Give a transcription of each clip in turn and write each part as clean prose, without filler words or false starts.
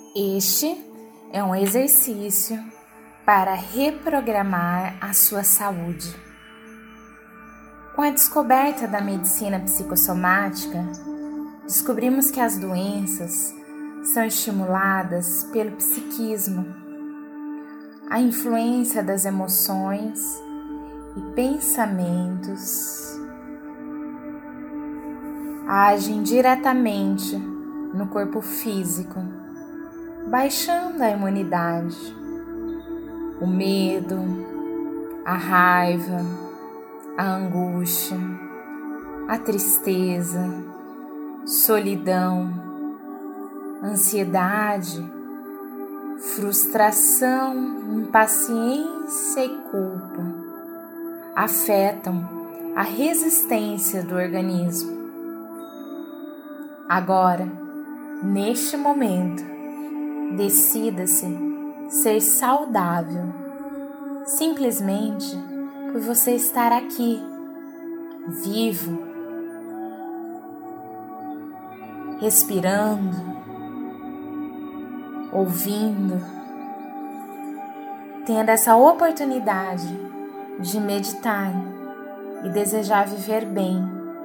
Este é um exercício para reprogramar a sua saúde. Com a descoberta da medicina psicossomática, descobrimos que as doenças são estimuladas pelo psiquismo, a influência das emoções e pensamentos agem diretamente no corpo físico, baixando a imunidade, o medo, a raiva, a angústia, a tristeza, solidão, ansiedade, frustração, impaciência e culpa afetam a resistência do organismo. Agora, neste momento, decida-se ser saudável, simplesmente por você estar aqui, vivo, respirando, ouvindo, tendo essa oportunidade de meditar e desejar viver bem.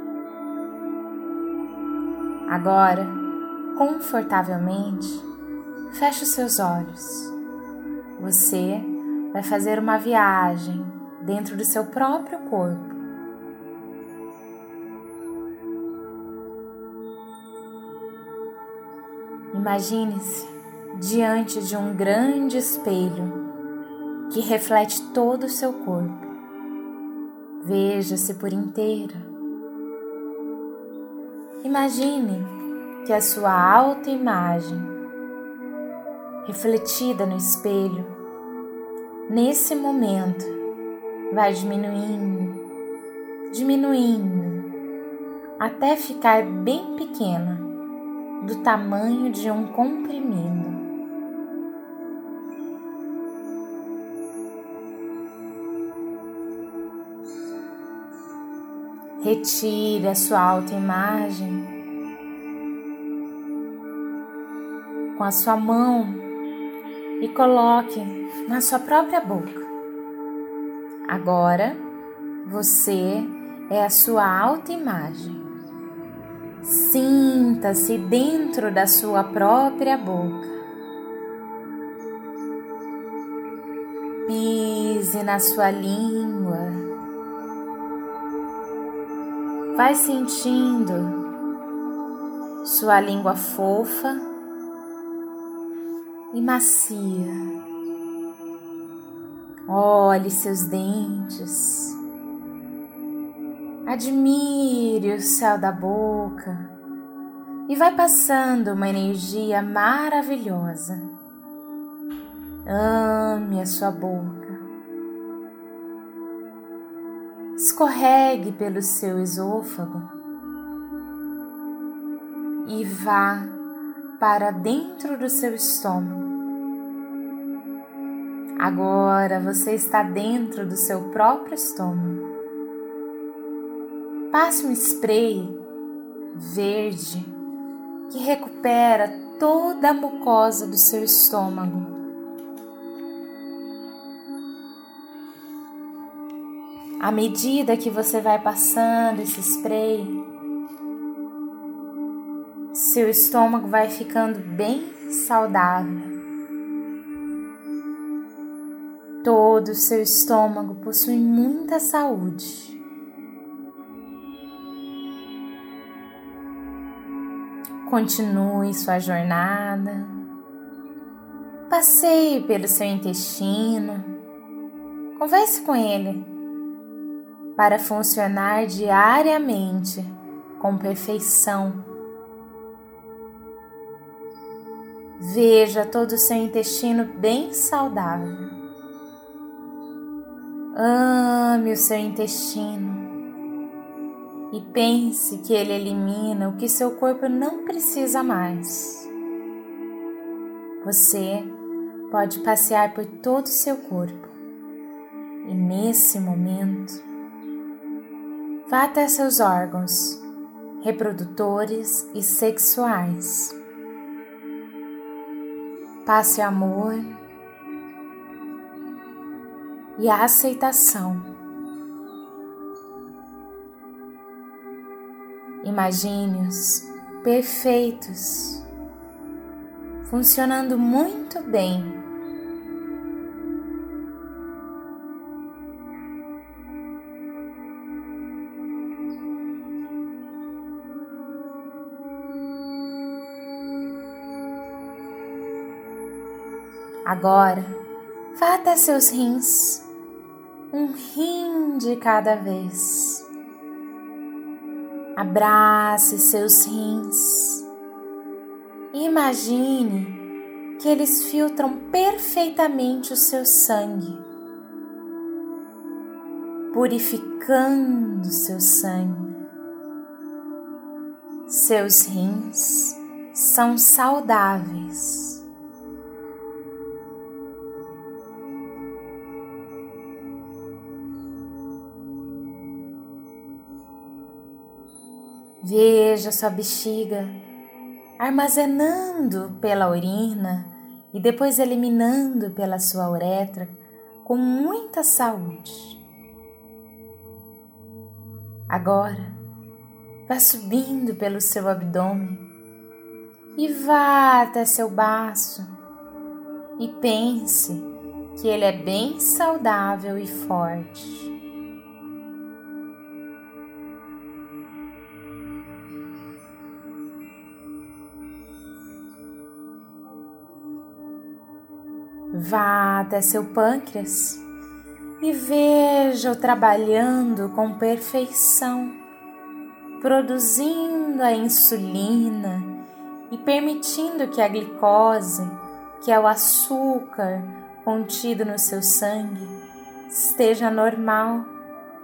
Agora, confortavelmente, feche os seus olhos. Você vai fazer uma viagem dentro do seu próprio corpo. Imagine-se diante de um grande espelho que reflete todo o seu corpo. Veja-se por inteiro. Imagine que a sua autoimagem, refletida no espelho, nesse momento, vai diminuindo, até ficar bem pequena, do tamanho de um comprimido. Retire a sua autoimagem com a sua mão e coloque na sua própria boca. Agora, você é a sua autoimagem. Sinta-se dentro da sua própria boca. Pise na sua língua. Vai sentindo sua língua fofa e macia. Olhe seus dentes. Admire o céu da boca e vai passando uma energia maravilhosa. Ame a sua boca. Escorregue pelo seu esôfago e vá para dentro do seu estômago. Agora você está dentro do seu próprio estômago. Passe um spray verde que recupera toda a mucosa do seu estômago. À medida que você vai passando esse spray, seu estômago vai ficando bem saudável. Todo o seu estômago possui muita saúde. Continue sua jornada. Passeie pelo seu intestino. Converse com ele para funcionar diariamente com perfeição. Veja todo o seu intestino bem saudável. Ame o seu intestino e pense que ele elimina o que seu corpo não precisa mais. Você pode passear por todo o seu corpo e nesse momento vá até seus órgãos reprodutores e sexuais. passe amor e a aceitação. Imagine-os perfeitos, funcionando muito bem. Agora, vá até seus rins, um rim de cada vez. Abrace seus rins e imagine que eles filtram perfeitamente o seu sangue, purificando seu sangue. Seus rins são saudáveis. Veja sua bexiga armazenando pela urina e depois eliminando pela sua uretra com muita saúde. Agora, vá subindo pelo seu abdômen e vá até seu baço e pense que ele é bem saudável e forte. Vá até seu pâncreas e veja-o trabalhando com perfeição, produzindo a insulina e permitindo que a glicose, que é o açúcar contido no seu sangue, esteja normal.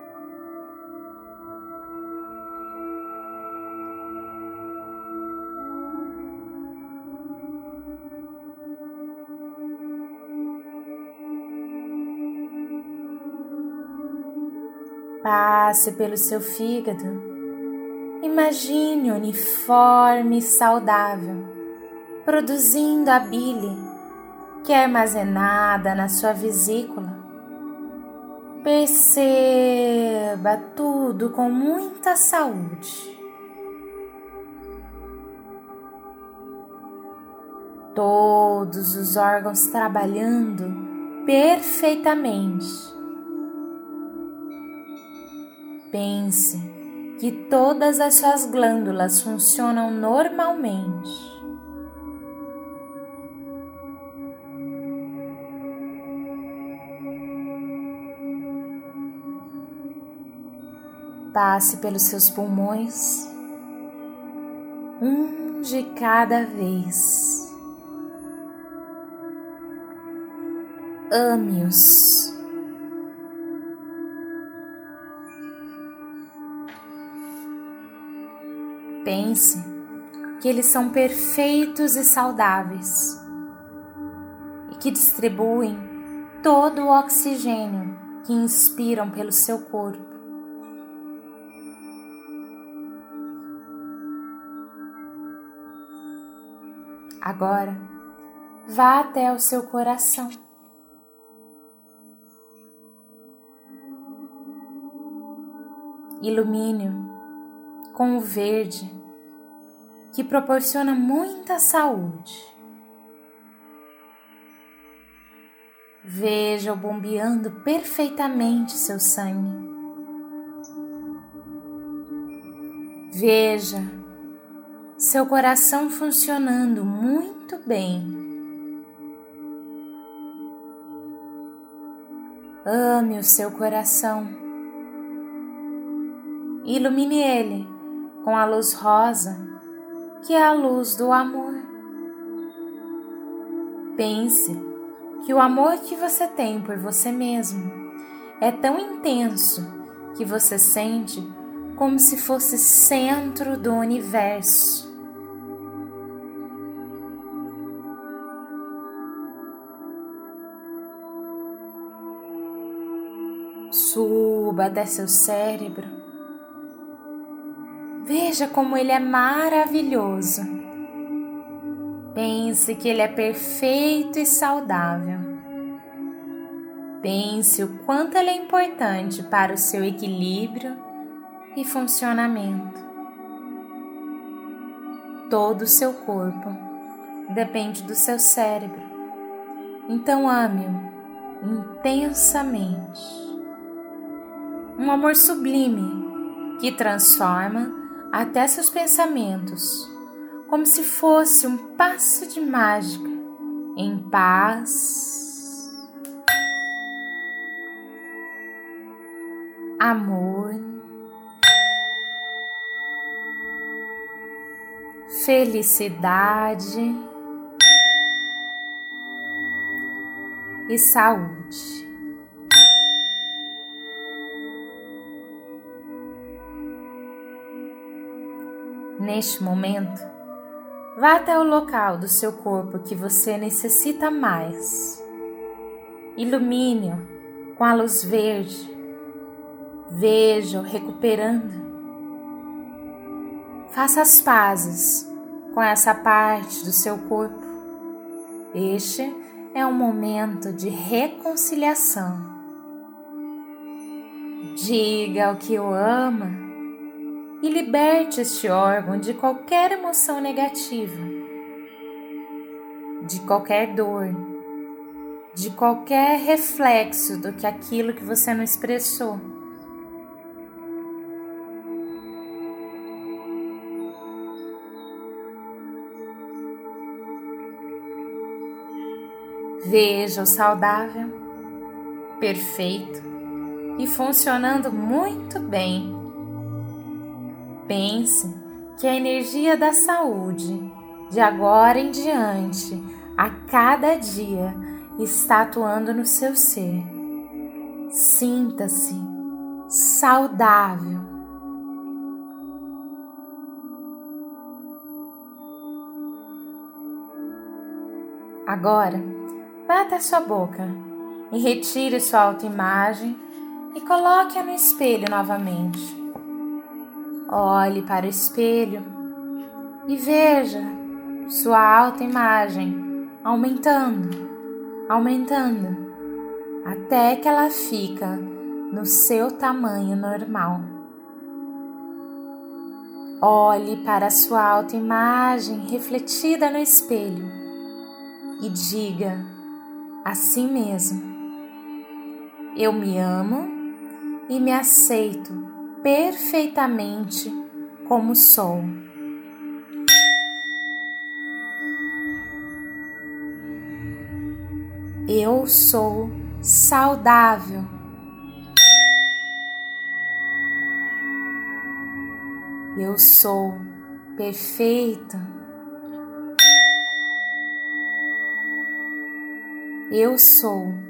Passe pelo seu fígado, imagine uniforme e saudável, produzindo a bile que é armazenada na sua vesícula. Perceba tudo com muita saúde. Todos os órgãos trabalhando perfeitamente. Pense que todas as suas glândulas funcionam normalmente. Passe pelos seus pulmões, um de cada vez. Ame-os. Pense que eles são perfeitos e saudáveis e que distribuem todo o oxigênio que inspiram pelo seu corpo. Agora, vá até o seu coração. Ilumine-o com o verde, que proporciona muita saúde. Veja-o bombeando perfeitamente seu sangue. Veja seu coração funcionando muito bem. Ame o seu coração. Ilumine ele com a luz rosa, que é a luz do amor. Pense que o amor que você tem por você mesmo é tão intenso que você sente como se fosse centro do universo. Suba até seu cérebro. Veja como ele é maravilhoso. Pense que ele é perfeito e saudável. Pense o quanto ele é importante para o seu equilíbrio e funcionamento. Todo o seu corpo depende do seu cérebro. Então ame-o intensamente. Um amor sublime que transforma até seus pensamentos, como se fosse um passe de mágica, em paz, amor, felicidade e saúde. Neste momento, vá até o local do seu corpo que você necessita mais. Ilumine-o com a luz verde. Veja-o recuperando. Faça as pazes com essa parte do seu corpo. Este é um momento de reconciliação. Diga o que o ama e liberte este órgão de qualquer emoção negativa, de qualquer dor, de qualquer reflexo do que aquilo que você não expressou. Veja-o saudável, perfeito e funcionando muito bem. Pense que a energia da saúde, de agora em diante, a cada dia, está atuando no seu ser. Sinta-se saudável. Agora, vá até sua boca e retire sua autoimagem e coloque-a no espelho novamente. Olhe para o espelho e veja sua autoimagem aumentando, até que ela fica no seu tamanho normal. Olhe para a sua autoimagem refletida no espelho e diga a si mesmo: eu me amo e me aceito perfeitamente como sou. Eu sou saudável. Eu sou perfeita. Eu sou